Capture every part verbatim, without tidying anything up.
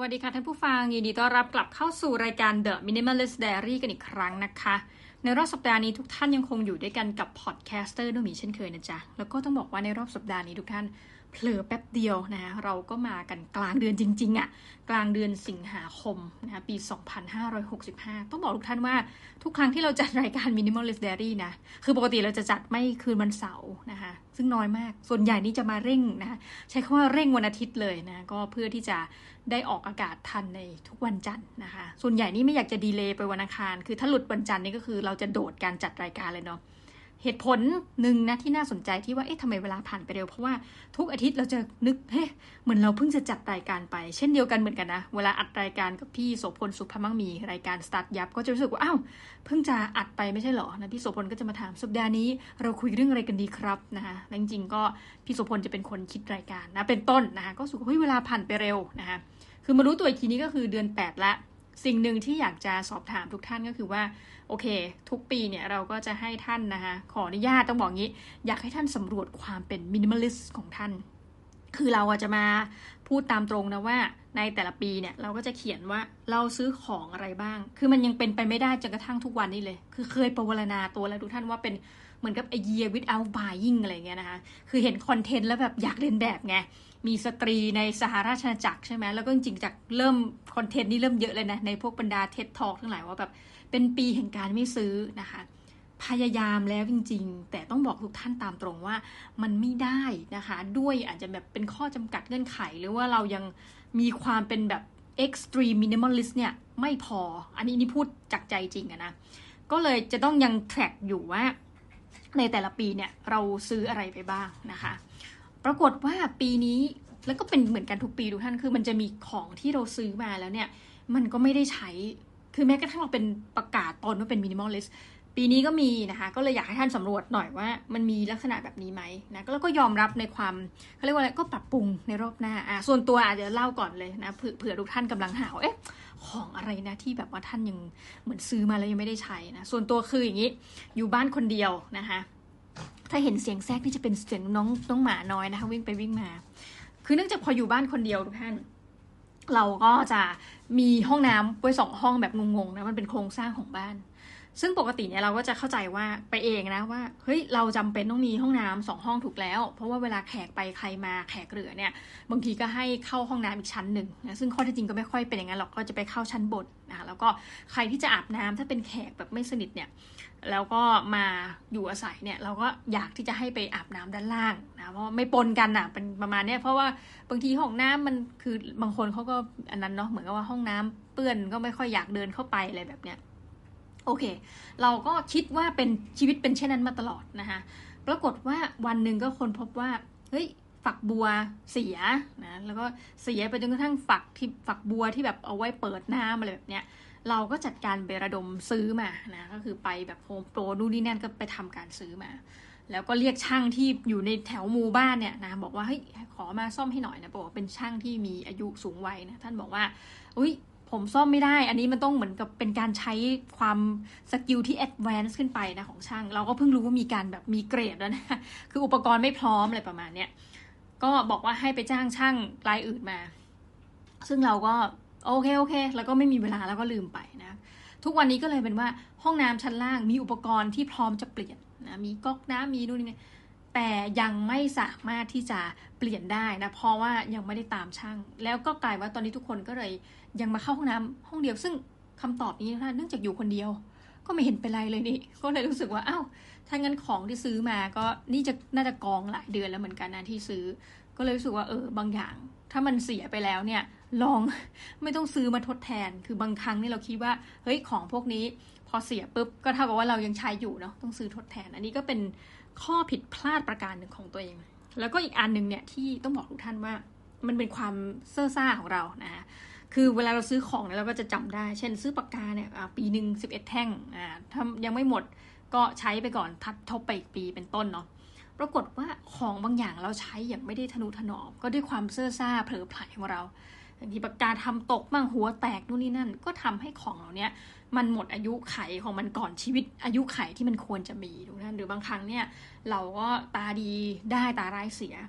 วัสดีค่ะท่านผู้ฟังยินดีต้อนรับกลับเข้าสู่รายการ The Minimalist Diary กันอีกครั้งนะคะในรอบสัปดาห์นี้ทุกท่านยังคงอยู่ด้วยกันกับพอดแคสเตอร์นุ่มหมีเช่นเคยนะจ๊ะแล้วก็ต้องบอกว่าในรอบสัปดาห์นี้ทุกท่านเผลอแป๊บเดียวนะเราก็มากันกลางเดือนจริงๆอ่ะกลางเดือนสิงหาคมนะปีสองพันห้าร้อยหกสิบห้าต้องบอกทุกท่านว่าทุกครั้งที่เราจัดรายการ Minimalist Diary นะคือปกติเราจะจัดไม่คืนวันเสาร์นะคะซึ่งน้อยมากส่วนใหญ่นี่จะมาเร่งนะใช้คำว่าเร่งวันอาทิตย์เลยนะก็เพื่อที่จะได้ออกอากาศทันในทุกวันจันทร์นะคะส่วนใหญ่นี่ไม่อยากจะดีเลย์ไปวันอังคารคือถ้าหลุดวันจันทร์นี่ก็คือเราจะโดดการจัดรายการเลยเนาะเหตุผลหนึ่งนะที่น่าสนใจที่ว่าเอ๊ะทำไมเวลาผ่านไปเร็วเพราะว่าทุกอาทิตย์เราจะนึกเฮ้เหมือนเราเพิ่งจะจัดรายการไปเช่นเดียวกันเหมือนกันนะเวลาอัดรายการกับพี่โสพลสุภมั่งมีรายการสตาร์ทยับก็จะรู้สึกว่าอ้าวเพิ่งจะอัดไปไม่ใช่หรอนะพี่โสพลก็จะมาถามสัปดาห์นี้เราคุยเรื่องอะไรกันดีครับนะคะจริงๆก็พี่โสพลจะเป็นคนคิดรายการนะเป็นต้นนะคะก็รู้สึกว่าเฮ้ยเวลาผ่านไปเร็วนะคะคือมารู้ตัวอีกทีนี้ก็คือเดือนแปดละสิ่งหนึ่งที่อยากจะสอบถามทุกท่านก็คือว่าโอเคทุกปีเนี่ยเราก็จะให้ท่านนะคะขออนุญาตต้องบอกงี้อยากให้ท่านสำรวจความเป็นมินิมอลิสต์ของท่านคือเราอาจจะมาพูดตามตรงนะว่าในแต่ละปีเนี่ยเราก็จะเขียนว่าเราซื้อของอะไรบ้างคือมันยังเป็นไปไม่ได้จนกระทั่งทุกวันนี้เลยคือเคยประวรณาตัวแล้วทุกท่านว่าเป็นเหมือนกับ a year without buying อะไรเงี้ยนะคะคือเห็นคอนเทนต์แล้วแบบอยากเรียนแบบไงมีสตรีในสหราชอาณาจักรใช่ไหมแล้วก็จริงๆจากเริ่มคอนเทนต์นี่เริ่มเยอะเลยนะในพวกบรรดา ที อี ดี Talk ทั้งหลายว่าแบบเป็นปีแห่งการไม่ซื้อนะคะพยายามแล้วจริงๆแต่ต้องบอกทุกท่านตามตรงว่ามันไม่ได้นะคะด้วยอาจจะแบบเป็นข้อจำกัดเงื่อนไขหรือว่าเรายังมีความเป็นแบบ extreme minimalist เนี่ยไม่พออันนี้นี่พูดจากใจจริงอะนะก็เลยจะต้องยัง track อยู่ว่าในแต่ละปีเนี่ยเราซื้ออะไรไปบ้างนะคะปรากฏว่าปีนี้แล้วก็เป็นเหมือนกันทุกปีทุกท่านคือมันจะมีของที่เราซื้อมาแล้วเนี่ยมันก็ไม่ได้ใช้คือแม้กระทั่งเราเป็นประกาศตนว่าเป็นมินิมอลลิสต์ปีนี้ก็มีนะคะก็เลยอยากให้ท่านสำรวจหน่อยว่ามันมีลักษณะแบบนี้ไหมนะแล้วก็ยอมรับในความเขาเรียกว่าอะไรก็ปรับปรุงในรอบหน้าอ่ะส่วนตัวอาจจะเล่าก่อนเลยนะเผื่อเผื่อทุกท่านกำลังหาเอ๊ะของอะไรนะที่แบบว่าท่านยังเหมือนซื้อมาแล้วยังไม่ได้ใช้นะส่วนตัวคืออย่างนี้อยู่บ้านคนเดียวนะคะถ้าเห็นเสียงแทรกนี่จะเป็นเสียงน้องน้องหมาน้อยนะคะวิ่งไปวิ่งมาคือเนื่องจากพออยู่บ้านคนเดียวทุกท่านเราก็จะมีห้องน้ำไว้สองห้องแบบงงๆนะมันเป็นโครงสร้างของบ้านซึ่งปกติเนี่ยเราก็จะเข้าใจว่าไปเองนะว่าเฮ้ยเราจำเป็นต้องมีห้องน้ำสองห้องถูกแล้วเพราะว่าเวลาแขกไปใครมาแขกเหลือเนี่ยบางทีก็ให้เข้าห้องน้ำอีกชั้นหนึ่งนะซึ่งข้อเท็จจริงก็ไม่ค่อยเป็นอย่างนั้นหรอกก็จะไปเข้าชั้นบนนะแล้วก็ใครที่จะอาบน้ำถ้าเป็นแขกแบบไม่สนิทเนี่ยแล้วก็มาอยู่อาศัยเนี่ยเราก็อยากที่จะให้ไปอาบน้ำด้านล่างนะเพราะไม่ปนกันอ่ะเป็นประมาณนี้เพราะว่าบางทีห้องน้ำมันคือบางคนเขาก็อันนั้นเนาะเหมือนกับว่าห้องน้ำเปื้อนก็ไม่ค่อยอยากเดินเข้าไปอะไรแบบเนี้ยโอเคเราก็คิดว่าเป็นชีวิตเป็นเช่นนั้นมาตลอดนะคะปรากฏว่าวันหนึ่งก็คนพบว่าเฮ้ยฝักบัวเสียนะแล้วก็เสียไปจนกระทั่งฝักที่ฝักบัวที่แบบเอาไว้เปิดน้ำอะไรแบบเนี้ยเราก็จัดการไประดมซื้อมานะก็คือไปแบบโฮมโปรนู่นนี่นั่นก็ไปทำการซื้อมาแล้วก็เรียกช่างที่อยู่ในแถวหมู่บ้านเนี่ยนะบอกว่าเฮ้ยขอมาซ่อมให้หน่อยนะบอกว่าเป็นช่างที่มีอายุสูงวัยนะท่านบอกว่าอุ้ยผมซ่อมไม่ได้อันนี้มันต้องเหมือนกับเป็นการใช้ความสกิลที่แอดวานซ์ขึ้นไปนะของช่างเราก็เพิ่งรู้ว่ามีการแบบมีเกรดแล้วนะคืออุปกรณ์ไม่พร้อมอะไรประมาณเนี้ยก็บอกว่าให้ไปจ้างช่างรายอื่นมาซึ่งเราก็โอเคโอเคแล้วก็ไม่มีเวลาแล้วก็ลืมไปนะทุกวันนี้ก็เลยเป็นว่าห้องน้ำชั้นล่างมีอุปกรณ์ที่พร้อมจะเปลี่ยนนะมีก๊อกน้ำมีนู่นนี่แต่ยังไม่สามารถที่จะเปลี่ยนได้นะเพราะว่ายังไม่ได้ตามช่างแล้วก็กลายว่าตอนนี้ทุกคนก็เลยยังมาเข้าห้องน้ำห้องเดียวซึ่งคำตอบนี้นะเนื่องจากอยู่คนเดียวก็ไม่เห็นเป็นไรเลยนี่ก็เลยรู้สึกว่าอ้าวถ้างั้นของที่ซื้อมาก็นี่จะน่าจะกองหลายเดือนแล้วเหมือนกันนะที่ซื้อก็เลยรู้สึกว่าเออบางอย่างถ้ามันเสียไปแล้วเนี่ยลองไม่ต้องซื้อมาทดแทนคือบางครั้งนี่เราคิดว่าเฮ้ยของพวกนี้พอเสียปุ๊บก็เท่ากับว่าเรายังใช้อยู่เนาะต้องซื้อทดแทนอันนี้ก็เป็นข้อผิดพลาดประการหนึ่งของตัวเองแล้วก็อีกอันนึงเนี่ยที่ต้องบอกทุกท่านว่ามันเป็นความเซ่อซ่าของเรานะคือเวลาเราซื้อของเนี่ยเราก็จะจำได้เช่นซื้อปากกาเนี่ยปีหนึ่งสิบเอ็ดแท่งอ่าถ้ายังไม่หมดก็ใช้ไปก่อนทัดทบไปอีกปีเป็นต้นเนาะปรากฏว่าของบางอย่างเราใช้อย่างไม่ได้ทนุถนอมก็ด้วยความเซ่อซ่าเผลอไผลของเราบางทีปากกาทำตกบ้างหัวแตกนู่นนี่นั่นก็ทำให้ของเราเนี่ยมันหมดอายุไขของมันก่อนชีวิตอายุไขที่มันควรจะมีทุกท่านหรือบางครั้งเนี่ยเราก็ตาดีได้ตาร้ายเสีย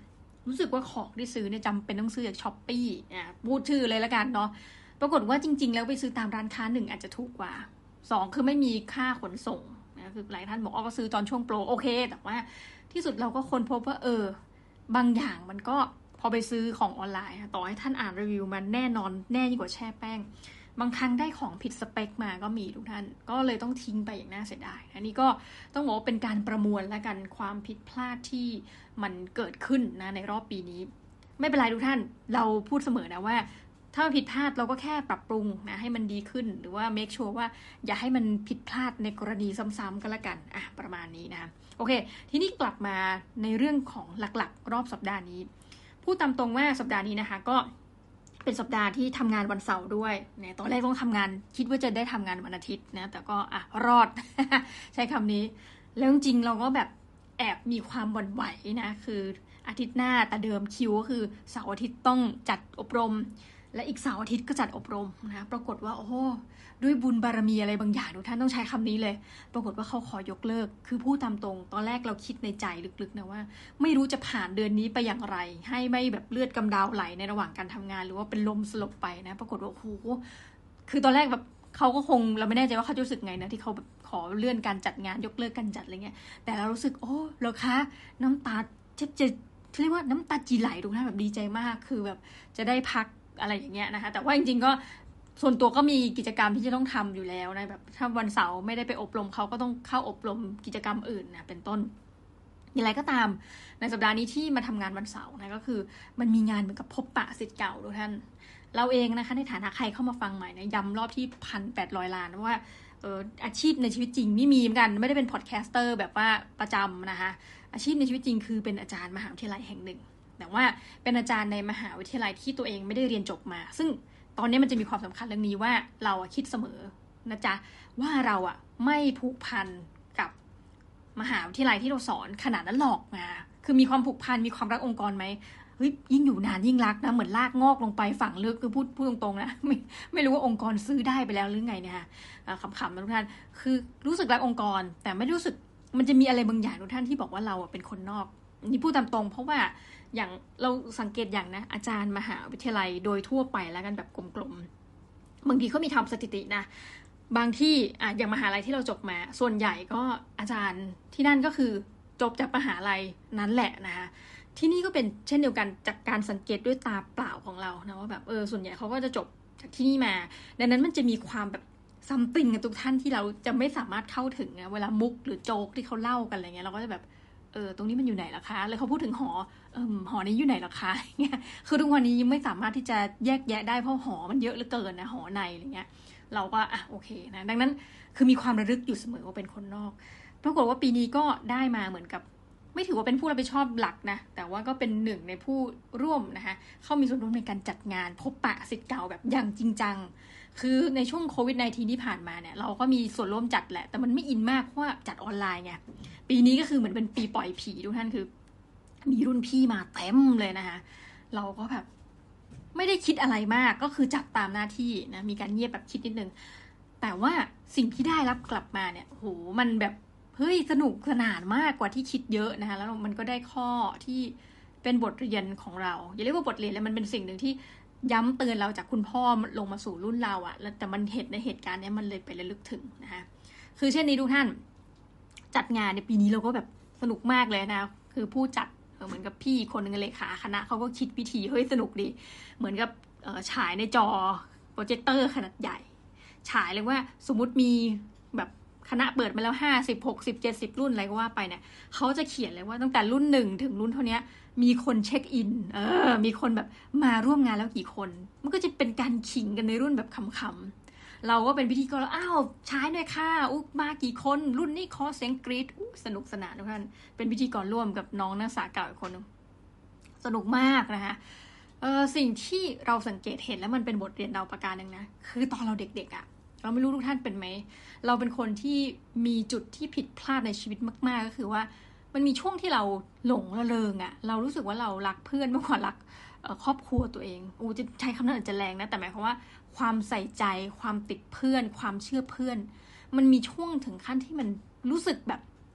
รู้สึกว่าของที่ซื้อเนี่ยจำเป็นต้องซื้อจากช้อปปี้อ่ะพูดชื่อเลยแล้วกันเนาะปรากฏว่าจริงๆแล้วไปซื้อตามร้านค้าหนึ่งอาจจะถูกกว่าสองคือไม่มีค่าขนส่งนะคือหลายท่านบอกอ๋อก็ซื้อตอนช่วงโปรโอเคแต่ว่าที่สุดเราก็ค้นพบว่าเออบางอย่างมันก็พอไปซื้อของออนไลน์ต่อให้ท่านอ่านรีวิวมันแน่นอนแน่ยิ่งกว่าแช่แป้งบางครั้งได้ของผิดสเปคมาก็มีทุกท่านก็เลยต้องทิ้งไปอย่างน่าเสียดายอันนี้ก็ต้องบอกว่าเป็นการประมวลและกันความผิดพลาดที่มันเกิดขึ้นนะในรอบปีนี้ไม่เป็นไรทุกท่านเราพูดเสมอนะว่าถ้าผิดพลาดเราก็แค่ปรับปรุงนะให้มันดีขึ้นหรือว่า make sure ว่าอย่าให้มันผิดพลาดในกรณีซ้ำๆกันละกันอ่ะประมาณนี้นะโอเคทีนี้กลับมาในเรื่องของหลักๆรอบสัปดาห์นี้พูดตามตรงว่าสัปดาห์นี้นะคะก็เป็นสัปดาห์ที่ทำงานวันเสาร์ด้วยนะตอนแรกต้องทำงานคิดว่าจะได้ทำงานวันอาทิตย์นะแต่ก็อ่ะรอด ใช้คำนี้แล้วจริงๆเราก็แบบแอบมีความหวั่นไหวนะคืออาทิตย์หน้าแต่เดิมคิวก็คือเสาร์อาทิตย์ต้องจัดอบรมและอีกเสาร์อาทิตย์ก็จัดอบรมนะปรากฏว่าโอ้โหด้วยบุญบารมีอะไรบางอย่างทุกท่านต้องใช้คำนี้เลยปรากฏว่าเขาขอยกเลิกคือพูดตามตรงตอนแรกเราคิดในใจลึกๆนะว่าไม่รู้จะผ่านเดือนนี้ไปอย่างไรให้ไม่แบบเลือดกำเดาไหลในระหว่างการทำงานหรือว่าเป็นลมสลบไปนะปรากฏว่าโอ้โหคือตอนแรกแบบเขาก็คงเราไม่แน่ใจว่าเขาจะรู้สึกไงนะที่เขาแบบขอเลื่อนการจัดงานยกเลิกการจัดอะไรเงี้ยแต่เรารู้สึกโอ้เหรอคะน้ำตาเจ็บจะเรียกว่าน้ำตาจีไหลทุกท่านแบบดีใจมากคือแบบจะได้พักอะไรอย่างเงี้ยนะคะแต่ว่าจริงๆก็ส่วนตัวก็มีกิจกรรมที่จะต้องทำอยู่แล้วนะแบบถ้าวันเสาร์ไม่ได้ไปอบรมเขาก็ต้องเข้าอบรมกิจกรรมอื่นนะเป็นต้นอย่างไรก็ตามในสัปดาห์นี้ที่มาทำงานวันเสาร์นะก็คือมันมีงานเหมือนกับพบปะศิษย์เก่าทุกท่านเราเองนะคะในฐานะใครเข้ามาฟังใหม่นะย้ำรอบที่พันแปดร้อยล้านว่าเอออาชีพในชีวิตจริงไม่มีเหมือนกันไม่ได้เป็นพอดแคสเตอร์แบบว่าประจำนะคะอาชีพในชีวิตจริงคือเป็นอาจารย์มหาวิทยาลัยแห่งหนึ่งแต่ว่าเป็นอาจารย์ในมหาวิทยาลัยที่ตัวเองไม่ได้เรียนจบมาซึ่งตอนนี้มันจะมีความสำคัญเรื่องนี้ว่าเราคิดเสมอนะจ๊ะว่าเราอ่ะไม่ผูกพันกับมหาวิทยาลัยที่เราสอนขนาดนั้นหรอกมาคือมีความผูกพันมีความรักองค์กรไหมเฮ้ยยิ่งอยู่นานยิ่งรักนะเหมือนลากงอกลงไปฝังลึกคือพูดพูดตรงๆนะไม่ไม่รู้ว่าองค์กรซื้อได้ไปแล้วหรือไงเนี่ยขำๆนะทุกท่านคือรู้สึกรักองค์กรแต่ไม่รู้สึกมันจะมีอะไรบางอย่างทุกท่านที่บอกว่าเราเป็นคนนอกนี่พูดตามตรงเพราะว่าอย่างเราสังเกตอย่างนะอาจารย์มหาวิทยาลัยโดยทั่วไปแล้วกันแบบกลมๆบางทีเขามีทำสถิตินะบางที่อ่ะอย่างมหาลัยที่เราจบมาส่วนใหญ่ก็อาจารย์ที่นั่นก็คือจบจากมหาลัยนั้นแหละนะคะที่นี่ก็เป็นเช่นเดียวกันจากการสังเกตด้วยตาเปล่าของเรานะว่าแบบเออส่วนใหญ่เขาก็จะจบจากที่นี่มาดังนั้นมันจะมีความแบบซัมติงกับทุกท่านที่เราจะไม่สามารถเข้าถึงนะเวลามุกหรือโจ๊กที่เขาเล่ากันอะไรเงี้ยเราก็จะแบบเออตรงนี้มันอยู่ไหนล่ะคะแล้วเขาพูดถึงหอเออหอนี้อยู่ไหนล่ะคะเงี้ยคือทุกวันนี้ยังไม่สามารถที่จะแยกแยะได้เพราะหอมันเยอะเหลือเกินนะหอในอะไรเงี้ยเราก็อ่ะโอเคนะดังนั้นคือมีความระลึกอยู่เสมอว่าเป็นคนนอกปรากฏว่าปีนี้ก็ได้มาเหมือนกับไม่ถือว่าเป็นผู้รับผิดชอบหลักนะแต่ว่าก็เป็นหนึ่งในผู้ร่วมนะคะเข้ามีส่วนร่วมในการจัดงานพบปะศิษย์เก่าแบบอย่างจริงจังคือในช่วงโควิด สิบเก้า ที่ผ่านมาเนี่ยเราก็มีส่วนร่วมจัดแหละแต่มันไม่อินมากเพราะว่าจัดออนไลน์ไงปีนี้ก็คือเหมือนเป็นปีปล่อยผีทุกท่านคือมีรุ่นพี่มาเต็มเลยนะคะเราก็แบบไม่ได้คิดอะไรมากก็คือจัดตามหน้าที่นะมีการเงียบแบบคิดนิดนึงแต่ว่าสิ่งที่ได้รับกลับมาเนี่ยโหมันแบบเฮ้ยสนุกสนานมากกว่าที่คิดเยอะนะคะแล้วมันก็ได้ข้อที่เป็นบทเรียนของเราอย่าเรียกว่าบทเรียนเลยมันเป็นสิ่งหนึ่งที่ย้ำเตือนเราจากคุณพ่อลงมาสู่รุ่นเราอะแต่มันเหตุในเหตุการณ์นี้มันเลยไประลึกถึงนะคะคือเช่นนี้ทุกท่านจัดงานในปีนี้เราก็แบบสนุกมากเลยนะคือผู้จัดเหมือนกับพี่คนนึงเลขาคณะเขาก็คิดวิธีเฮ้ยสนุกดีเหมือนกับฉายในจอโปรเจคเตอร์ขนาดใหญ่ฉายเลยว่าสมมุติมีแบบคณะเปิดมาแล้วห้าสิบ หกสิบ เจ็ดสิบรุ่นอะไรก็ว่าไปเนี่ยเขาจะเขียนเลยว่าตั้งแต่รุ่นหนึ่งถึงรุ่นเท่านี้มีคนเช็คอินเออมีคนแบบมาร่วมงานแล้วกี่คนมันก็จะเป็นการขิงกันในรุ่นแบบขำๆเราก็เป็นพิธีกรแล้วอ้าวใช้หน่อยค่ะอุ๊มากี่คนรุ่นนี้ขอเสียงกรี๊ดสนุกสนานทุกท่านเป็นพิธีกรร่วมกับน้องนักศึกษาเก่าอีกคนนึงสนุกมากนะคะเออสิ่งที่เราสังเกตเห็นแล้วมันเป็นบทเรียนเราประการหนึ่งนะคือตอนเราเด็กๆอ่ะเราไม่รู้ทุกท่านเป็นไหมเราเป็นคนที่มีจุดที่ผิดพลาดในชีวิตมากๆก็คือว่ามันมีช่วงที่เราหลงระเริงอะเรารู้สึกว่าเรารักเพื่อนมากกว่ารักครอบครัวตัวเองโอ้จะใช้คำนั้นอาจจะแรงนะแต่หมายความว่าความใส่ใจความติดเพื่อนความเชื่อเพื่อนมันมีช่วงถึงขั้นที่มันรู้สึกแบบ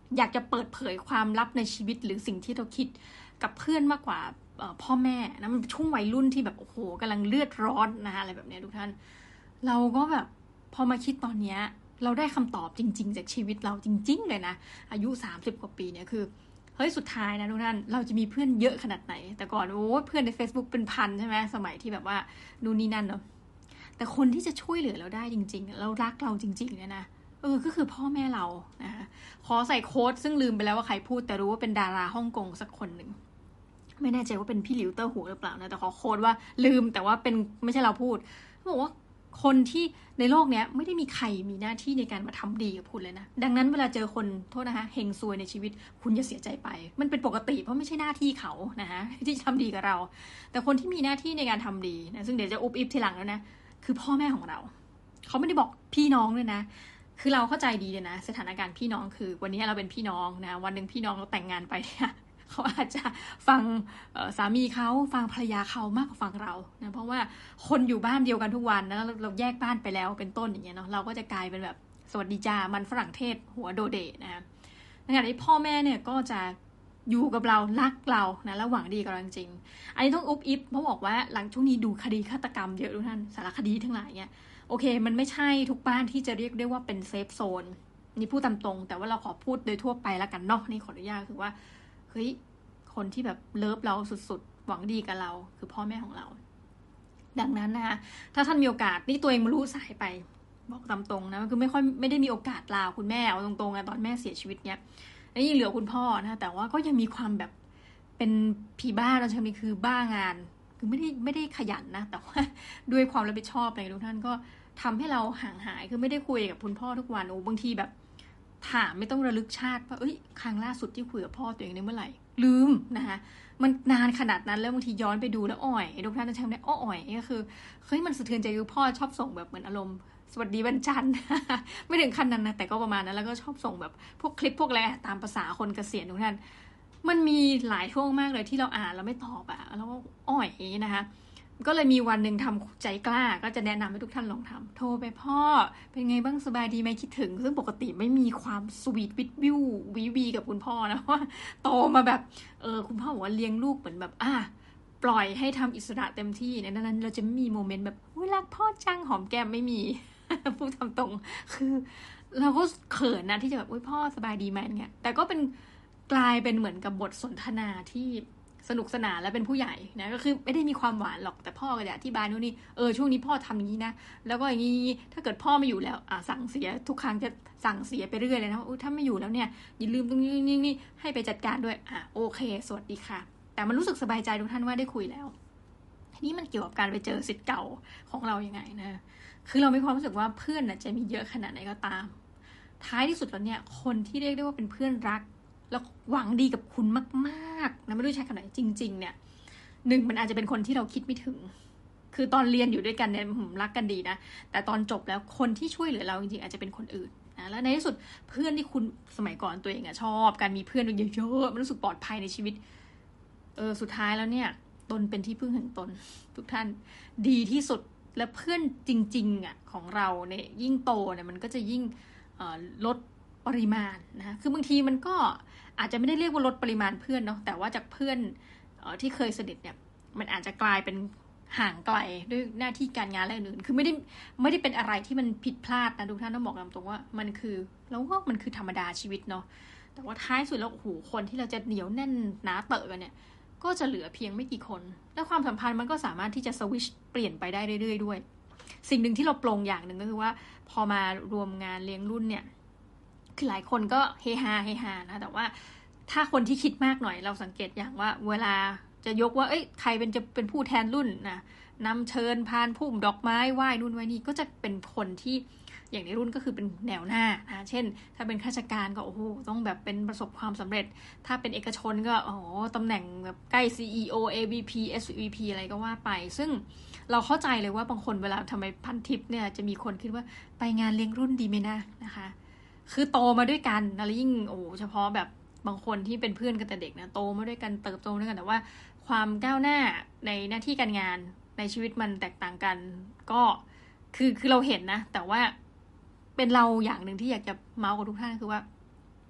อยากจะเปิดเผยความลับในชีวิตหรือสิ่งที่เราคิดกับเพื่อนมากกว่าพ่อแม่นะมันช่วงวัยรุ่นที่แบบโอ้โหกำลังเลือดร้อนนะอะไรแบบนี้ทุกท่านเราก็แบบพอมาคิดตอนเนี้ยเราได้คำตอบจริงๆจากชีวิตเราจริงๆเลยนะอายุสามสิบกว่าปีเนี่ยคือเฮ้ยสุดท้ายนะทุกท่านเราจะมีเพื่อนเยอะขนาดไหนแต่ก่อนโอ้เพื่อนใน Facebook เป็นพันใช่ไหมสมัยที่แบบว่านู่นนี่นั่นเนาะแต่คนที่จะช่วยเหลือเราได้จริงๆเรารักเราจริงๆเนี่ยนะเออก็คือพ่อแม่เรานะคะขอใส่โค้ดซึ่งลืมไปแล้วว่าใครพูดแต่รู้ว่าเป็นดาราฮ่องกงสักคนหนึ่งไม่แน่ใจว่าเป็นพี่หลิวเตอร์หัวหรือเปล่านะแต่ขอโค้ดว่าลืมแต่ว่าเป็นไม่ใช่เราพูดบอกว่าคนที่ในโลกเนี้ยไม่ได้มีใครมีหน้าที่ในการมาทำดีกับคุณเลยนะดังนั้นเวลาเจอคนโทษนะคะเฮงซวยในชีวิตคุณอย่าเสียใจไปมันเป็นปกติเพราะไม่ใช่หน้าที่เขานะคะที่จะทำดีกับเราแต่คนที่มีหน้าที่ในการทำดีนะซึ่งเดี๋ยวจะอุบอิบทีหลังแล้วนะคือพ่อแม่ของเราเขาไม่ได้บอกพี่น้องเลยนะคือเราเข้าใจดีเลยนะสถานการณ์พี่น้องคือวันนี้เราเป็นพี่น้องนะวันหนึ่งพี่น้องเราแต่งงานไปเนี่ยเขาอาจจะฟังสามีเขาฟังภรรยาเขามากกว่าฟังเรานะเพราะว่าคนอยู่บ้านเดียวกันทุกวันนะเราแยกบ้านไปแล้วเป็นต้นอย่างเงี้ยเนาะเราก็จะกลายเป็นแบบสวัสดีจ้ามันฝรั่งเทศหัวโดเดนะในขณะที่พ่อแม่เนี่ยก็จะอยู่กับเรารักเรานะแล้วหวังดีกับเราจริงๆอันนี้ต้องอุบอิบเพราะบอกว่าหลังช่วงนี้ดูคดีฆาตกรรมเยอะทุกท่านสารคดีทั้งหลายเนี่ยโอเคมันไม่ใช่ทุกบ้านที่จะเรียกได้ว่าเป็นเซฟโซนนี่พูดตามตรงแต่ว่าเราขอพูดโดยทั่วไปแล้วกันเนาะนี่ขออนุญาตคือว่าเฮ้ยคนที่แบบเลิฟเราสุดๆหวังดีกับเราคือพ่อแม่ของเราดังนั้นนะคะถ้าท่านมีโอกาสนี่ตัวเองมารู้สายไปบอกตามตรงนะคือไม่ค่อยไม่ได้มีโอกาสลาคุณแม่เอาตรงๆนะตอนแม่เสียชีวิตเนี่ยแล้วยังเหลือคุณพ่อนะแต่ว่าก็ยังมีความแบบเป็นผีบ้าเราใช้คำนี้คือบ้างานคือไม่ได้ไม่ได้ขยันนะแต่ว่าด้วยความรับผิดชอบอะไรทุกท่านก็ทำให้เราห่างหายคือไม่ได้คุยกับคุณพ่อทุกวันโอ้บางทีแบบถามไม่ต้องระลึกชาติว่าเอ้ยครั้งล่าสุดที่คุยกับพ่อตัวเองในเมื่อไหร่ลืมนะคะมันนานขนาดนั้นแล้วบางทีย้อนไปดูแล้วอ่อยทุกท่านจะใช้คำนี้อ้ออ่อยก็คือเฮ้ยมันสะเทือนใจคือพ่อชอบส่งแบบเหมือนอารมณ์สวัสดีวันจันทร์ ไม่ถึงขั้นนั้นนะแต่ก็ประมาณนั้นแล้วก็ชอบส่งแบบพวกคลิปพวกอะไรตามภาษาคนเกษียณทุกท่านมันมีหลายช่วงมากเลยที่เราอ่านแล้วไม่ตอบอะแล้วก็อ่อยนะคะก็เลยมีวันหนึ่งทำใจกล้าก็จะแนะนำให้ทุกท่านลองทำโทรไปพ่อเป็นไงบ้างสบายดีไหมคิดถึงซึ่งปกติไม่มีความสวีทวิทวิววีวีกับคุณพ่อนะว่าโตมาแบบเออคุณพ่อบอกว่าเลี้ยงลูกเหมือนแบบอ่ะปล่อยให้ทำอิสระเต็มที่ในนั้นเราจะไม่มีโมเมนต์แบบรักพ่อจังหอมแก้มไม่มี พูดตามตรงคือเราก็เขินนะที่จะแบบอุ้ยพ่อสบายดีไหมเนี่ยแต่ก็เป็นกลายเป็นเหมือนกับบทสนทนาที่สนุกสนานและเป็นผู้ใหญ่นะก็คือไม่ได้มีความหวานหรอกแต่พ่อก็จะอธิบายนู่นนี่เออช่วงนี้พ่อทำอย่างนี้นะแล้วก็อย่างนี้ถ้าเกิดพ่อไม่อยู่แล้วอ่ะสั่งเสียทุกครั้งจะสั่งเสียไปเรื่อยเลยนะอุ้ยถ้าไม่อยู่แล้วเนี่ยอย่าลืมตรงนี้นี่นี่ให้ไปจัดการด้วยอ่ะโอเคสวัสดีค่ะแต่มันรู้สึกสบายใจทุกท่านว่าได้คุยแล้วทีนี้มันเกี่ยวกับการไปเจอศิษย์เก่าของเรายังไงนะคือเรามีความรู้สึกว่าเพื่อนน่ะจะมีเยอะขนาดไหนก็ตามท้ายที่สุดแล้วเนี่ยคนที่เรียกได้ว่าเป็นเพื่อนรักแล้วหวังดีกับคุณมากๆนะไม่รู้ใช้คำไหนจริงๆเนี่ยหนึ่งมันอาจจะเป็นคนที่เราคิดไม่ถึงคือตอนเรียนอยู่ด้วยกันเนี่ยรักกันดีนะแต่ตอนจบแล้วคนที่ช่วยเหลือเราจริงๆอาจจะเป็นคนอื่นนะและในที่สุดเพื่อนที่คุณสมัยก่อนตัวเองอะชอบการมีเพื่อนเยอะๆมันรู้สึกปลอดภัยในชีวิตเออสุดท้ายแล้วเนี่ยตนเป็นที่พึ่งแห่งตนทุกท่านดีที่สุดและเพื่อนจริงๆอ่ะของเราเนี่ยยิ่งโตเนี่ยมันก็จะยิ่งลดปริมาณนะคือบางทีมันก็อาจจะไม่ได้เรียกว่าลดปริมาณเพื่อนเนาะแต่ว่าจากเพื่อนที่เคยสนิทเนี่ยมันอาจจะกลายเป็นห่างไกลด้วยหน้าที่การงานอะไรอื่นคือไม่ได้ไม่ได้เป็นอะไรที่มันผิดพลาดนะทุกท่านต้องบอกตรงว่ามันคือแล้วก็มันคือธรรมดาชีวิตเนาะแต่ว่าท้ายสุดแล้วโอ้โหคนที่เราจะเหนียวแน่นหนาเตอะกันเนี่ยก็จะเหลือเพียงไม่กี่คนและความสัมพันธ์มันก็สามารถที่จะสวิชเปลี่ยนไปได้เรื่อยๆด้วยสิ่งหนึ่งที่เราปลงอย่างหนึ่งก็คือว่าพอมารวมงานเลี้ยงรุ่นเนี่ยคือหลายคนก็เฮฮาเฮฮานะแต่ว่าถ้าคนที่คิดมากหน่อยเราสังเกตอย่างว่าเวลาจะยกว่าเอ้ยใครเป็นจะเป็นผู้แทนรุ่นนะนำเชิญพานพุ่มดอกไม้ไหว้นู่นไหว้นี่ก็จะเป็นคนที่อย่างในรุ่นก็คือเป็นแนวหน้านะเช่นถ้าเป็นข้าราชการก็โอ้โหต้องแบบเป็นประสบความสำเร็จถ้าเป็นเอกชนก็อ๋อตำแหน่งแบบใกล้ ซี อี โอ เอ วี พี เอส วี พี อะไรก็ว่าไปซึ่งเราเข้าใจเลยว่าบางคนเวลาทำไมพันทิปเนี่ยจะมีคนคิดว่าไปงานเลี้ยงรุ่นดีไหมนะนะคะคือโตมาด้วยกันแล้วยิ่งโอ้เฉพาะแบบบางคนที่เป็นเพื่อนกันแต่เด็กนะโตมาด้วยกันเติบโตด้วยกันแต่ว่าความก้าวหน้าในหน้าที่การงานในชีวิตมันแตกต่างกันก็คือคือเราเห็นนะแต่ว่าเป็นเราอย่างหนึ่งที่อยากจะเมาส์กับทุกท่านคือว่า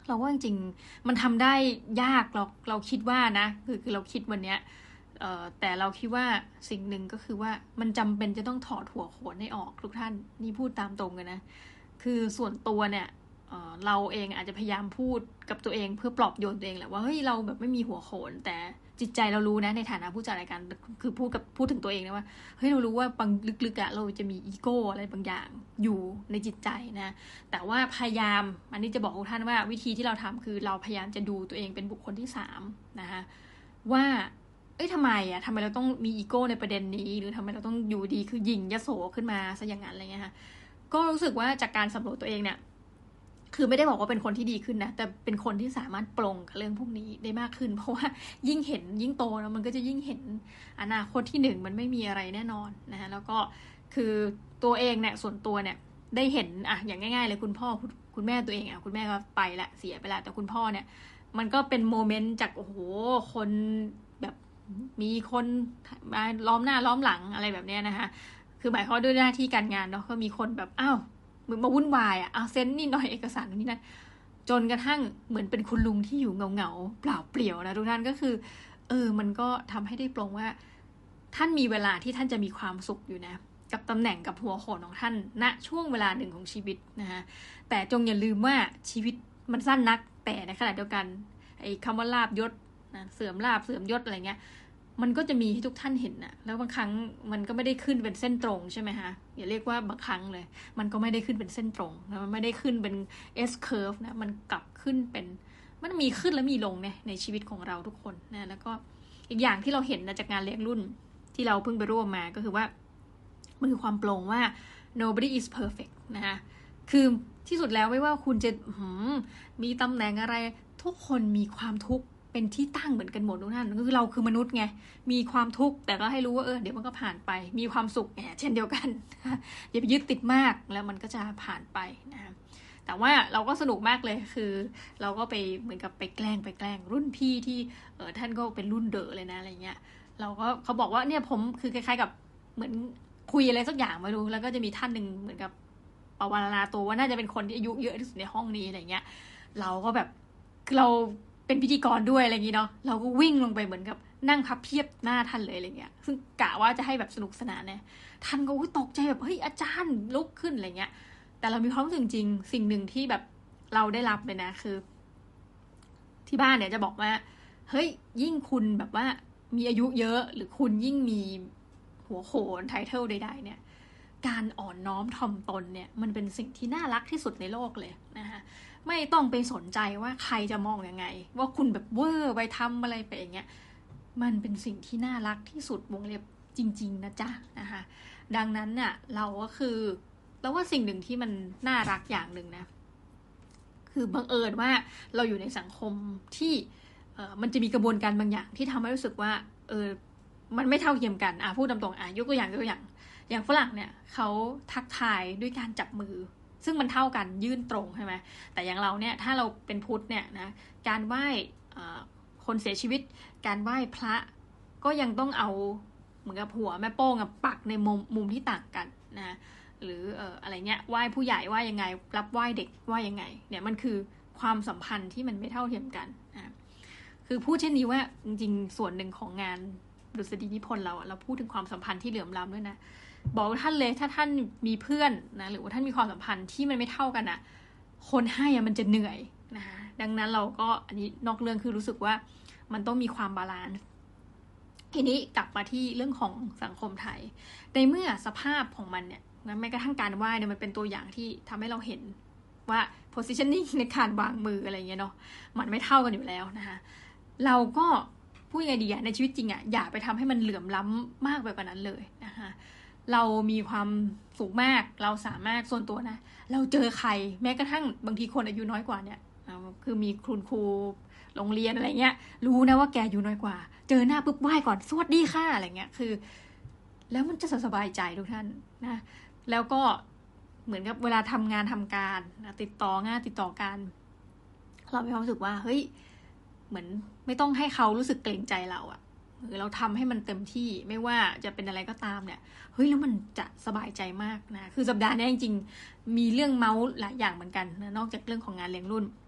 เราว่าจริงๆมันทำได้ยากเราเราคิดว่านะคือคือเราคิดวันเนี้ยเอ่อแต่เราคิดว่าสิ่งหนึ่งก็คือว่ามันจำเป็นจะต้องถอดหัวโขนให้ออกทุกท่านนี่พูดตามตรงกันนะคือส่วนตัวเนี่ยเอ่อเราเองอาจจะพยายามพูดกับตัวเองเพื่อปลอบโยนตัวเองแหละว่าเฮ้ยเราแบบไม่มีหัวโขนแต่จิตใจเรารู้นะในฐานะผู้จัดรายการคือพูดกับพูดถึงตัวเองนะว่าเฮ้ยเรารู้ว่าบางลึกๆอะเราจะมีอีโก้อะไรบางอย่างอยู่ในจิตใจนะแต่ว่าพยายามอันนี้จะบอกทุกท่านว่าวิธีที่เราทำคือเราพยายามจะดูตัวเองเป็นบุคคลที่สามนะคะว่าเอ้ยทำไมอะทำไมเราต้องมีอีโก้ในประเด็นนี้หรือทำไมเราต้องอยู่ดีคือยิงยโสขึ้นมาซะอย่างนั้นอะไรเงี้ยค่ะก็รู้สึกว่าจากการสำรวจตัวเองเนี่ยคือไม่ได้บอกว่าเป็นคนที่ดีขึ้นนะแต่เป็นคนที่สามารถปลงกับเรื่องพวกนี้ได้มากขึ้นเพราะว่ายิ่งเห็นยิ่งโตแล้วมันก็จะยิ่งเห็นอนาคตที่หนึ่งมันไม่มีอะไรแน่นอนนะคะแล้วก็คือตัวเองเนี่ยส่วนตัวเนี่ยได้เห็นอะอย่างง่ายๆเลยคุณพ่อคุณแม่ตัวเองอะคุณแม่ก็ไปละเสียไปละแต่คุณพ่อเนี่ยมันก็เป็นโมเมนต์จากโอ้โหคนแบบมีคนมาล้อมหน้าล้อมหลังอะไรแบบนี้นะคะคือหมายความด้วยหน้าที่การงานเนาะก็มีคนแบบอ้าวมึงมาวุ่นวายอ่ะเอาเซ็นนี่หน่อยเอกสารนี่นั่นจนกระทั่งเหมือนเป็นคุณลุงที่อยู่เงาๆเปล่าเปลี่ยวนะทุกท่านก็คือเออมันก็ทำให้ได้ปลงว่าท่านมีเวลาที่ท่านจะมีความสุขอยู่นะกับตำแหน่งกับหัวโขนของท่านณช่วงเวลาหนึ่งของชีวิตนะคะแต่จงอย่าลืมว่าชีวิตมันสั้นนักแต่ในขณะเดียวกันไอ้คำว่าลาบยศนะเสื่อมลาบเสื่อมยศอะไรเงี้ยมันก็จะมีให้ทุกท่านเห็นนะแล้วบางครั้งมันก็ไม่ได้ขึ้นเป็นเส้นตรงใช่ไหมคะอย่าเรียกว่าบางครั้งเลยมันก็ไม่ได้ขึ้นเป็นเส้นตรงนะมันไม่ได้ขึ้นเป็น S curve นะมันกลับขึ้นเป็นมันมีขึ้นและมีลงเนี่ยในชีวิตของเราทุกคนนะแล้วก็อีกอย่างที่เราเห็นนะจากงานเลี้ยงรุ่นที่เราเพิ่งไปร่วมมาก็คือว่ามันคือความโปร่งว่า nobody is perfect นะคะคือที่สุดแล้วไม่ว่าคุณจะมีตำแหน่งอะไรทุกคนมีความทุกข์เป็นที่ตั้งเหมือนกันหมดทุกท่านก็คือเราคือมนุษย์ไงมีความทุกข์แต่ก็ให้รู้ว่าเออเดี๋ยวมันก็ผ่านไปมีความสุขแหมเช่นเดียวกันอย่าไปยึดติดมากแล้วมันก็จะผ่านไปนะแต่ว่าเราก็สนุกมากเลยคือเราก็ไปเหมือนกับไปแกล้งไปแกล้งรุ่นพี่ที่เออท่านก็เป็นรุ่นเดอะเลยนะอะไรเงี้ยเราก็เขาบอกว่าเนี่ยผมคือคล้ายๆกับเหมือนคุยอะไรสักอย่างไม่รู้แล้วก็จะมีท่านหนึ่งเหมือนกับปวารณาตัวว่าน่าจะเป็นคนที่อายุเยอะที่สุดในห้องนี้อะไรเงี้ยเราก็แบบเราเป็นพิธีกรด้วยอะไรอย่างนี้เนาะเราก็วิ่งลงไปเหมือนกับนั่งพับเพียบหน้าท่านเลยอะไรเงี้ยซึ่งกะว่าจะให้แบบสนุกสนานเนี่ยท่านก็ตกใจแบบเฮ้ยอาจารย์ลุกขึ้นอะไรเงี้ยแต่เรามีความรู้สึกจริงสิ่งหนึ่งที่แบบเราได้รับเลยนะคือที่บ้านเนี่ยจะบอกว่าเฮ้ยยิ่งคุณแบบว่ามีอายุเยอะหรือคุณยิ่งมีหัวโขนไทเทิลใดๆเนี่ยการอ่อนน้อมถ่อมตนเนี่ยมันเป็นสิ่งที่น่ารักที่สุดในโลกเลยนะคะไม่ต้องไปสนใจว่าใครจะมองยังไงว่าคุณแบบเวอร์ไปทำอะไรไปอย่างเงี้ยมันเป็นสิ่งที่น่ารักที่สุดวงเล็บจริงๆนะจ๊ะนะคะดังนั้นเนี่ยเราก็คือแล้วว่าสิ่งหนึ่งที่มันน่ารักอย่างหนึ่งนะคือบังเอิญว่าเราอยู่ในสังคมที่เอ่อมันจะมีกระบวนการบางอย่างที่ทำให้รู้สึกว่าเออมันไม่เท่าเทียมกันอ่ะพูดตรงๆอ่ะยกตัวอย่างยกตัวอย่างอย่างฝรั่งเนี่ยเขาทักทายด้วยการจับมือซึ่งมันเท่ากันยื่นตรงใช่ไหมแต่อย่างเราเนี่ยถ้าเราเป็นพุทธเนี่ยนะการไหว้คนเสียชีวิตการไหว้พระก็ยังต้องเอาเหมือนกับหัวแม่โป้งปักในมุมมุมที่ต่างกันนะหรือเอ่ออะไรเงี้ยไหว้ผู้ใหญ่ไหว้ยังไงรับไหว้เด็กไหว้ยังไงเนี่ยมันคือความสัมพันธ์ที่มันไม่เท่าเทียมกันนะคือพูดเช่นนี้ว่าจริงๆส่วนหนึ่งของงานดุษฎีนิพนธ์เราเราพูดถึงความสัมพันธ์ที่เหลื่อมล้ำด้วยนะบอกท่านเลยถ้าท่านมีเพื่อนนะหรือว่าท่านมีความสัมพันธ์ที่มันไม่เท่ากันอ่ะคนให้อะมันจะเหนื่อยนะคะดังนั้นเราก็อันนี้นอกเรื่องคือรู้สึกว่ามันต้องมีความบาลานซ์ทีนี้กลับมาที่เรื่องของสังคมไทยในเมื่อสภาพของมันเนี่ยแม้กระทั่งการไหว้เนี่ยมันเป็นตัวอย่างที่ทำให้เราเห็นว่า positioning ในการวางมืออะไรเงี้ยเนาะมันไม่เท่ากันอยู่แล้วนะคะเราก็พูดยังไงดีอะในชีวิตจริงอะอย่าไปทำให้มันเหลื่อมล้ำมากไปกว่านั้นเลยนะคะเรามีความสูงมากเราสามารถส่วนตัวนะเราเจอใครแม้กระทั่งบางทีคนอายุน้อยกว่าเนี่ยคือมีคุณครูโรงเรียนอะไรเงี้ยรู้นะว่าแกอายุน้อยกว่าเจอหน้าปุ๊บไหว้ก่อนสวัสดีค่ะอะไรเงี้ยคือแล้วมันจะสบายใจทุกท่านนะแล้วก็เหมือนกับเวลาทำงานทำการนะติดต่องานติดต่อการเรามีความรู้สึกว่าเฮ้ยเหมือนไม่ต้องให้เขารู้สึกเกรงใจเราอะหรือเราทำให้มันเต็มที่ไม่ว่าจะเป็นอะไรก็ตามเนี่ยเฮ้ยแล้วมันจะสบายใจมากนะคือสัปดาห์นี้จริงๆมีเรื่องเมาส์หลายอย่างเหมือนกันนะนอกจากเรื่องของงานเลี้ยงรุ่น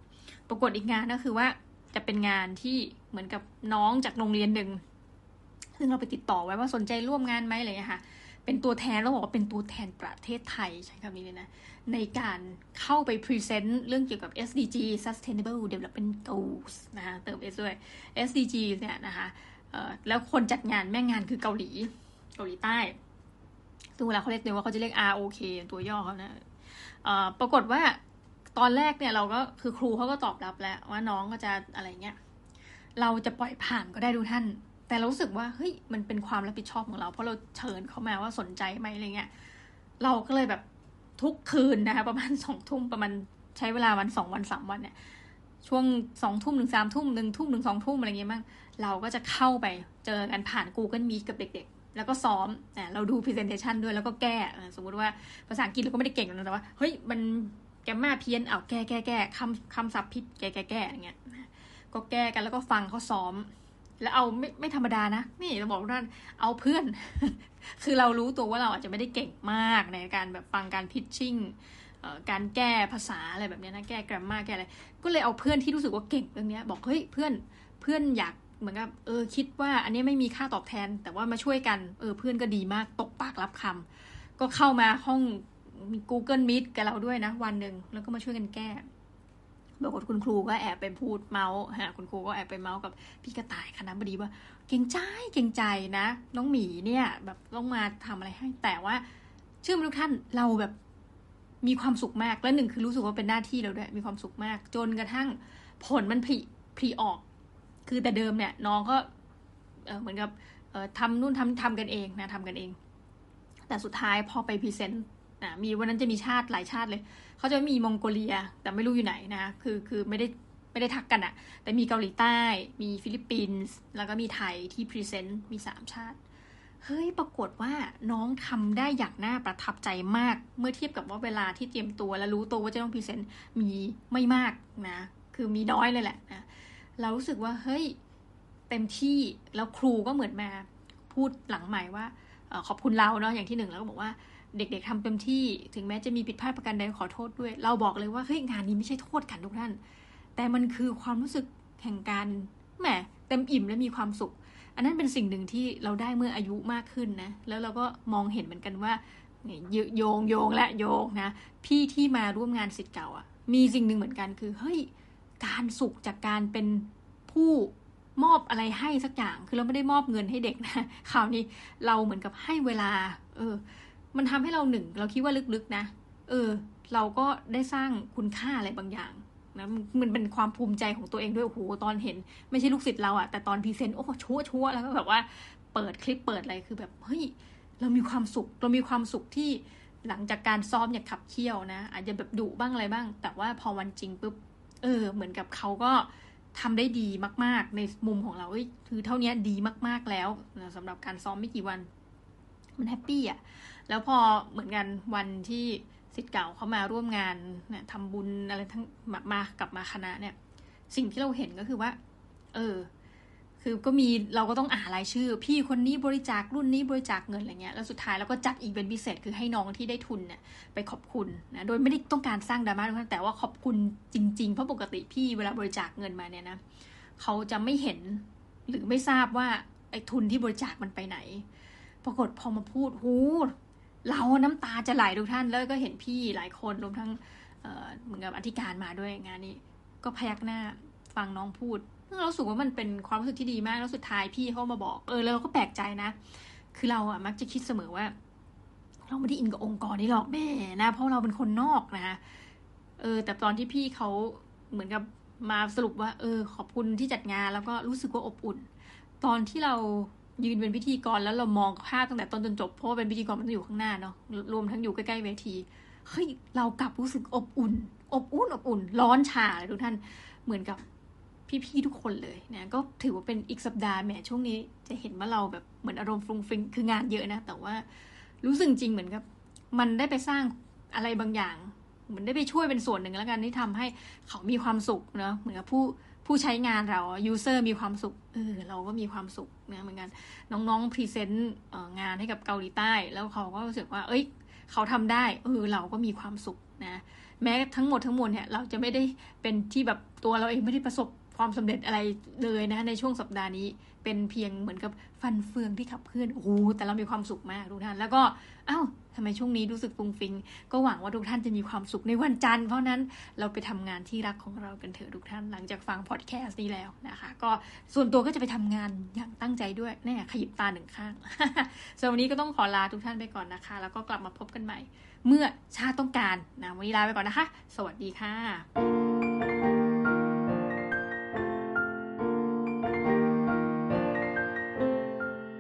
ปรากฏอีกงานก็คือว่าจะเป็นงานที่เหมือนกับน้องจากโรงเรียนหนึ่งซึ่งเราไปติดต่อไว้ว่าสนใจร่วมงานไหมอะไรอย่างเงี้ยค่ะเป็นตัวแทนเราบอกว่าเป็นตัวแทนประเทศไทยใช้คำนี้เลยนะในการเข้าไปพรีเซนต์เรื่องเกี่ยวกับ เอส ดี จี Sustainable Development Goals นะคะเติม S ด้วย เอส ดี จี เนี่ยนะคะแล้วคนจัดงานแม่งานคือเกาหลีเกาหลีใต้ซึ่งเวลาเขาเรียกเนี่ยว่าเขาจะเรียก อาร์ โอ เค ตัวย่อเขานะปรากฏว่าตอนแรกเนี่ยเราก็คือครูเขาก็ตอบรับแล้วว่าน้องก็จะอะไรเงี้ยเราจะปล่อยผ่านก็ได้ดูท่านแต่เรารู้สึกว่าเฮ้ยมันเป็นความรับผิดชอบของเราเพราะเราเชิญเขามาว่าสนใจไหมอะไรเงี้ยเราก็เลยแบบทุกคืนนะคะประมาณสองทุ่มประมาณใช้เวลาวันสองวันสามวันเนี่ยช่วงสองทุ่มถึงสามทุ่มหนึ่งทุ่มถึงสองทุ่มอะไรเงี้ยบ้างเราก็จะเข้าไปเจอกันผ่าน Google Meet กับเด็กๆแล้วก็ซ้อมเราดู presentation ด้วยแล้วก็แก้สมมติว่าภาษาอังกฤษเราก็ไม่ได้เก่งนะแต่ว่าเฮ้ยมันแกมมาเพี้ยนเอาแก้แก้แก้คำคำศัพท์ผิดแก้แก้แก้อย่างเงี้ยก็แก้กันแล้วก็ฟังเขาซ้อมแล้วเอาไม่ไม่ธรรมดานะนี่เราบอกว่าเอาเพื่อน คือเรารู้ตัวว่าเราอาจจะไม่ได้เก่งมากในการแบบฟังการพิชชิ่งการแก้ภาษาอะไรแบบนี้นะแก้ grammar แก้อะไรก็เลยเอาเพื่อนที่รู้สึกว่าเก่งเรื่องนี้บอกเฮ้ยเพื่อนเพื่อนอยากเหมือนกับเออคิดว่าอันนี้ไม่มีค่าตอบแทนแต่ว่ามาช่วยกันเออเพื่อนก็ดีมากตกปากรับคำก็เข้ามาห้องมี Google Meet กับเราด้วยนะวันหนึ่งแล้วก็มาช่วยกันแก้บอกว่าคุณครูก็แอบไปพูดเมาส์ฮะคุณครูก็แอบไปเมาส์กับพี่กระต่ายคณะบดีว่าเก่งใจเก่งใจนะน้องหมีเนี่ยแบบต้องมาทำอะไรให้แต่ว่าเชื่อไหมทุกท่านเราแบบมีความสุขมากและหนึ่งคือรู้สึกว่าเป็นหน้าที่เราด้วยมีความสุขมากจนกระทั่งผลมันผลิผลิออกคือแต่เดิมเนี่ยน้องก็เออเหมือนกับเออทำนู่นทำทำกันเองนะทำกันเองแต่สุดท้ายพอไปพรีเซนต์นะมีวันนั้นจะมีชาติหลายชาติเลยเขาจะมีมองโกเลียแต่ไม่รู้อยู่ไหนนะคือคือไม่ได้ไม่ได้ทักกันอะแต่มีเกาหลีใต้มีฟิลิปปินส์แล้วก็มีไทยที่พรีเซนต์มีสามชาติเฮ้ยปรากฏว่าน้องทำได้อย่างน่าประทับใจมากเมื่อเทียบกับว่าเวลาที่เตรียมตัวและรู้ตัวว่าจะต้องพรีเซนต์มีไม่มากนะคือมีน้อยเลยแหละนะเรารู้สึกว่าเฮ้ยเต็มที่แล้วครูก็เหมือนมาพูดหลังใหม่ว่าขอบคุณเราเนาะอย่างที่หนึ่งแล้วก็บอกว่าเด็กๆทำเต็มที่ถึงแม้จะมีผิดพลาดประการใดขอโทษด้วยเราบอกเลยว่าเฮ้ยงานนี้ไม่ใช่โทษกันทุกท่านแต่มันคือความรู้สึกแห่งการแหมเต็มอิ่มและมีความสุขอันนั้นเป็นสิ่งหนึ่งที่เราได้เมื่ออายุมากขึ้นนะแล้วเราก็มองเห็นเหมือนกันว่าโยงโยงและโยงนะพี่ที่มาร่วมงานศิษย์เก่าอ่ะมีสิ่งหนึ่งเหมือนกันคือเฮ้ยการสุขจากการเป็นผู้มอบอะไรให้สักอย่างคือเราไม่ได้มอบเงินให้เด็กนะคราวนี้เราเหมือนกับให้เวลาเออมันทำให้เราหนึ่งเราคิดว่าลึกๆนะเออเราก็ได้สร้างคุณค่าอะไรบางอย่างนะมันเป็นความภูมิใจของตัวเองด้วยโอ้โหตอนเห็นไม่ใช่ลูกศิษย์เราอะแต่ตอนพรีเซนต์โอ้ชั่วชั่วแล้วก็แบบว่าเปิดคลิปเปิดอะไรคือแบบเฮ้ยเรามีความสุขเรามีความสุขที่หลังจากการซ้อมอย่างขับเคี่ยวนะอาจจะแบบดุบ้างอะไรบ้างแต่ว่าพอวันจริงปุ๊บเออเหมือนกับเขาก็ทำได้ดีมากๆในมุมของเราคือเท่านี้ดีมากๆแล้วนะสำหรับการซ้อมไม่กี่วันมันแฮปปี้อะแล้วพอเหมือนกันวันที่ศิษย์เก่าเขามาร่วมงานเนี่ยทำบุญอะไรทั้งมามากลับมาคณะเนี่ยสิ่งที่เราเห็นก็คือว่าเออคือก็มีเราก็ต้องอ่านรายชื่อพี่คนนี้บริจาครุ่นนี้บริจาคเงินอะไรเงี้ยแล้วสุดท้ายเราก็จัดอีเวนต์พิเศษคือให้น้องที่ได้ทุนเนี่ยไปขอบคุณนะโดยไม่ได้ต้องการสร้างดราม่าทุกท่านแต่ว่าขอบคุณจริงๆเพราะปกติพี่เวลาบริจาคเงินมาเนี่ยนะเขาจะไม่เห็นหรือไม่ทราบว่าไอ้ทุนที่บริจาคมันไปไหนปรากฏพอมาพูดหูเราน้ำตาจะไหลทุกท่านแล้วก็เห็นพี่หลายคนรวมทั้ง เอ่อ เหมือนกับอธิการมาด้วยงานนี้ก็พยักหน้าฟังน้องพูดเราสึกว่ามันเป็นความรู้สึกที่ดีมากแล้วสุดท้ายพี่เขามาบอกเออแล้วเราก็แปลกใจนะคือเราอะมักจะคิดเสมอว่าเราไม่ได้อินกับองค์กรนี้หรอกแม่นะเพราะเราเป็นคนนอกนะเออแต่ตอนที่พี่เขาเหมือนกับมาสรุปว่าเออขอบคุณที่จัดงานแล้วก็รู้สึกว่าอบอุ่นตอนที่เรายืนเป็นพิธีกรแล้วเรามองภาพตั้งแต่ต้นจนจบเพราะว่าเป็นพิธีกรมันต้องอยู่ข้างหน้าเนาะรวมทั้งอยู่ใกล้ๆเวทีเฮ้ยเรากลับรู้สึกอบอุ่นอบอุ่นอบอุ่นร้อนชาเลยทุกท่านเหมือนกับพี่ๆทุกคนเลยนะก็ถือว่าเป็นอีกสัปดาห์แหมช่วงนี้จะเห็นว่าเราแบบเหมือนอารมณ์ฟรุ้งฟริ้งคืองานเยอะนะแต่ว่ารู้สึกจริงเหมือนกับมันได้ไปสร้างอะไรบางอย่างเหมือนได้ไปช่วยเป็นส่วนหนึ่งแล้วกันที่ทำให้เขามีความสุขเนาะเหมือนกับผู้ผู้ใช้งานเรา user มีความสุขเออเราก็มีความสุขนะเหมือนกันน้องๆพรีเซนต์งานให้กับเกาหลีใต้แล้วเขาก็รู้สึกว่าเอ้ยเขาทำได้เออเราก็มีความสุขนะแม้ทั้งหมดทั้งมวลเนี่ยเราจะไม่ได้เป็นที่แบบตัวเราเองไม่ได้ประสบความสำเร็จอะไรเลยนะในช่วงสัปดาห์นี้เป็นเพียงเหมือนกับฟันเฟืองที่ขับเคลื่อนโอ้โหแต่เรามีความสุขมากทุกท่านแล้วก็อ้าวทำไมช่วงนี้รู้สึกฟุ้งฟิ้งก็หวังว่าทุกท่านจะมีความสุขในวันจันทร์เพราะนั้นเราไปทำงานที่รักของเรากันเถอะทุกท่านหลังจากฟังพอดแคสต์นี้แล้วนะคะก็ส่วนตัวก็จะไปทำงานอย่างตั้งใจด้วยแน่ขยิบตาหนึ่งข้าง สำหรับวันนี้ก็ต้องขอลาทุกท่านไปก่อนนะคะแล้วก็กลับมาพบกันใหม่เมื่อชาติต้องการนะวันนี้ลาไปก่อนนะคะสวัสดีค่ะ